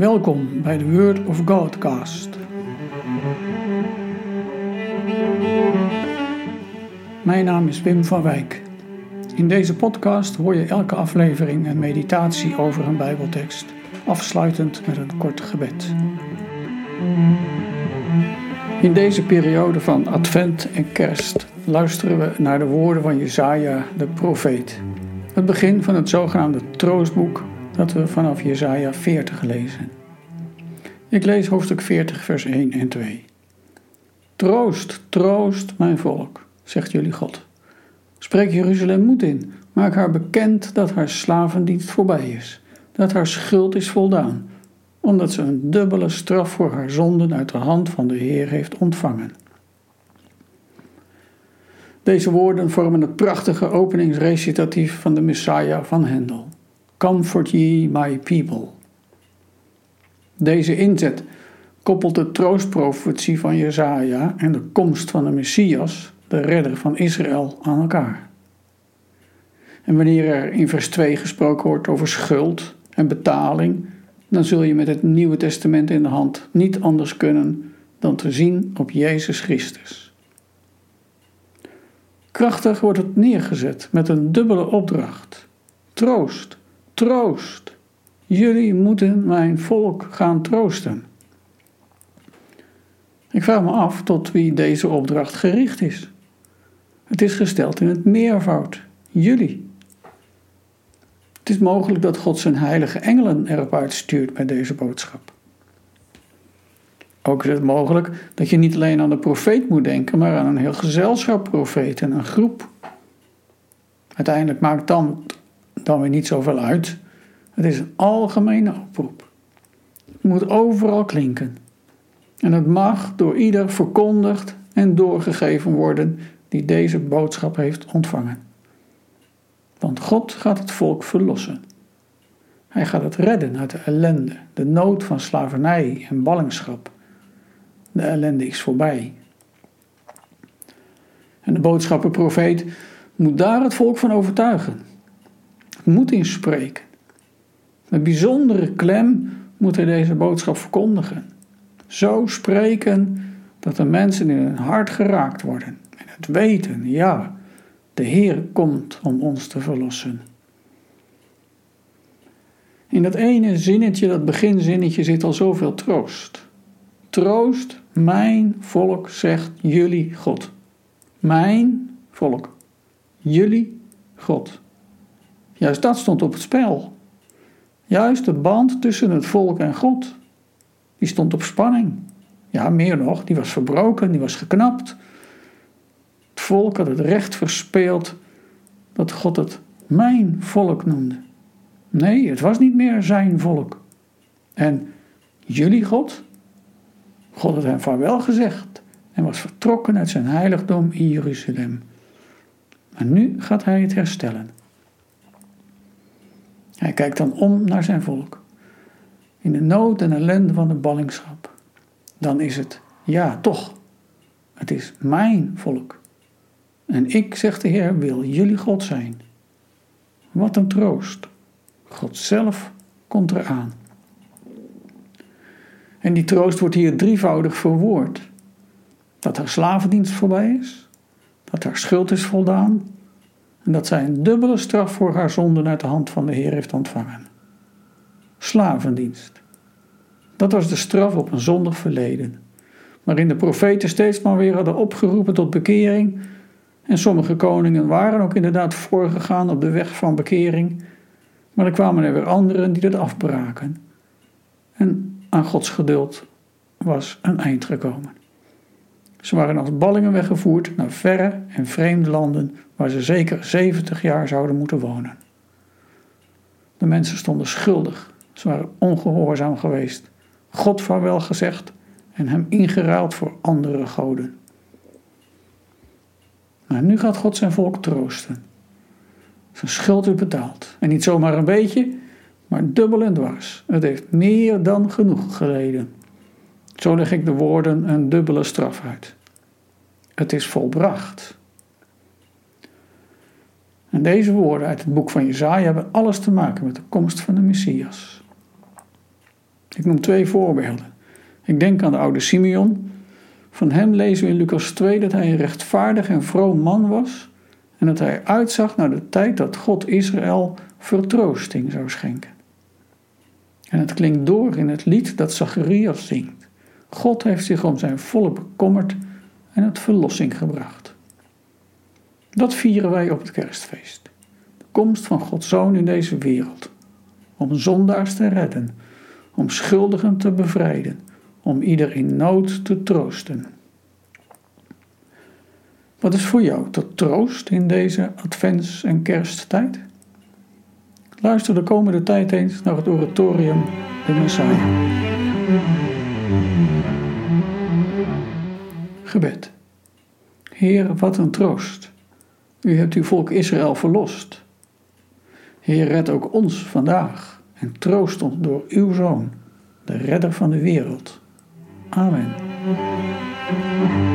Welkom bij de Word of Godcast. Mijn naam is Wim van Wijk. In deze podcast hoor je elke aflevering een meditatie over een Bijbeltekst, afsluitend met een kort gebed. In deze periode van Advent en Kerst luisteren we naar de woorden van Jesaja, de profeet. Het begin van het zogenaamde troostboek dat we vanaf Jesaja 40 lezen. Ik lees hoofdstuk 40 vers 1 en 2. Troost, troost mijn volk, zegt jullie God. Spreek Jeruzalem moed in, maak haar bekend dat haar slavendienst voorbij is, dat haar schuld is voldaan, omdat ze een dubbele straf voor haar zonden uit de hand van de Heer heeft ontvangen. Deze woorden vormen het prachtige openingsrecitatief van de Messiah van Hendel. Comfort ye my people. Deze inzet koppelt de troostprofetie van Jesaja en de komst van de Messias, de redder van Israël, aan elkaar. En wanneer er in vers 2 gesproken wordt over schuld en betaling, dan zul je met het Nieuwe Testament in de hand niet anders kunnen dan te zien op Jezus Christus. Krachtig wordt het neergezet met een dubbele opdracht. Troost, troost. Jullie moeten mijn volk gaan troosten. Ik vraag me af tot wie deze opdracht gericht is. Het is gesteld in het meervoud. Jullie. Het is mogelijk dat God zijn heilige engelen erop uitstuurt met deze boodschap. Ook is het mogelijk dat je niet alleen aan de profeet moet denken, maar aan een heel gezelschap profeten, een groep. Uiteindelijk maakt dan weer niet zoveel uit. Het is een algemene oproep. Het moet overal klinken. En het mag door ieder verkondigd en doorgegeven worden die deze boodschap heeft ontvangen. Want God gaat het volk verlossen. Hij gaat het redden uit de ellende, de nood van slavernij en ballingschap. De ellende is voorbij. En de boodschappenprofeet moet daar het volk van overtuigen. Het moet inspreken. Met bijzondere klem moet hij deze boodschap verkondigen. Zo spreken dat de mensen in hun hart geraakt worden. En het weten, ja, de Heer komt om ons te verlossen. In dat ene zinnetje, dat beginzinnetje, zit al zoveel troost. Troost, mijn volk, zegt jullie God. Mijn volk. Jullie God. Juist dat stond op het spel. Juist de band tussen het volk en God. Die stond op spanning. Ja, meer nog, die was verbroken, die was geknapt. Het volk had het recht verspeeld dat God het mijn volk noemde. Nee, het was niet meer zijn volk. En jullie God? God had hem vaarwel gezegd en was vertrokken uit zijn heiligdom in Jeruzalem. Maar nu gaat hij het herstellen. Hij kijkt dan om naar zijn volk. In de nood en ellende van de ballingschap. Dan is het, ja toch, het is mijn volk. En ik, zegt de Heer, wil jullie God zijn. Wat een troost. God zelf komt eraan. En die troost wordt hier drievoudig verwoord. Dat haar slavendienst voorbij is, dat haar schuld is voldaan en dat zij een dubbele straf voor haar zonden uit de hand van de Heer heeft ontvangen. Slavendienst. Dat was de straf op een zondig verleden, waarin de profeten steeds maar weer hadden opgeroepen tot bekering en sommige koningen waren ook inderdaad voorgegaan op de weg van bekering, maar er kwamen er weer anderen die dat afbraken. En aan Gods geduld was een eind gekomen. Ze waren als ballingen weggevoerd naar verre en vreemde landen waar ze zeker 70 jaar zouden moeten wonen. De mensen stonden schuldig. Ze waren ongehoorzaam geweest. God vaarwel gezegd en hem ingeruild voor andere goden. Maar nu gaat God zijn volk troosten. Zijn schuld is betaald. En niet zomaar een beetje, maar dubbel en dwars. Het heeft meer dan genoeg geleden. Zo leg ik de woorden een dubbele straf uit. Het is volbracht. En deze woorden uit het boek van Jesaja hebben alles te maken met de komst van de Messias. Ik noem 2 voorbeelden. Ik denk aan de oude Simeon. Van hem lezen we in Lucas 2 dat hij een rechtvaardig en vroom man was en dat hij uitzag naar de tijd dat God Israël vertroosting zou schenken. En het klinkt door in het lied dat Zacharias zingt. God heeft zich om zijn volk bekommerd en het verlossing gebracht. Dat vieren wij op het kerstfeest. De komst van Gods Zoon in deze wereld. Om zondaars te redden, om schuldigen te bevrijden, om ieder in nood te troosten. Wat is voor jou tot troost in deze advents- en kersttijd? Luister de komende tijd eens naar het oratorium De Messiah. Gebed. Heer, wat een troost. U hebt uw volk Israël verlost. Heer, red ook ons vandaag en troost ons door uw Zoon, de redder van de wereld. Amen.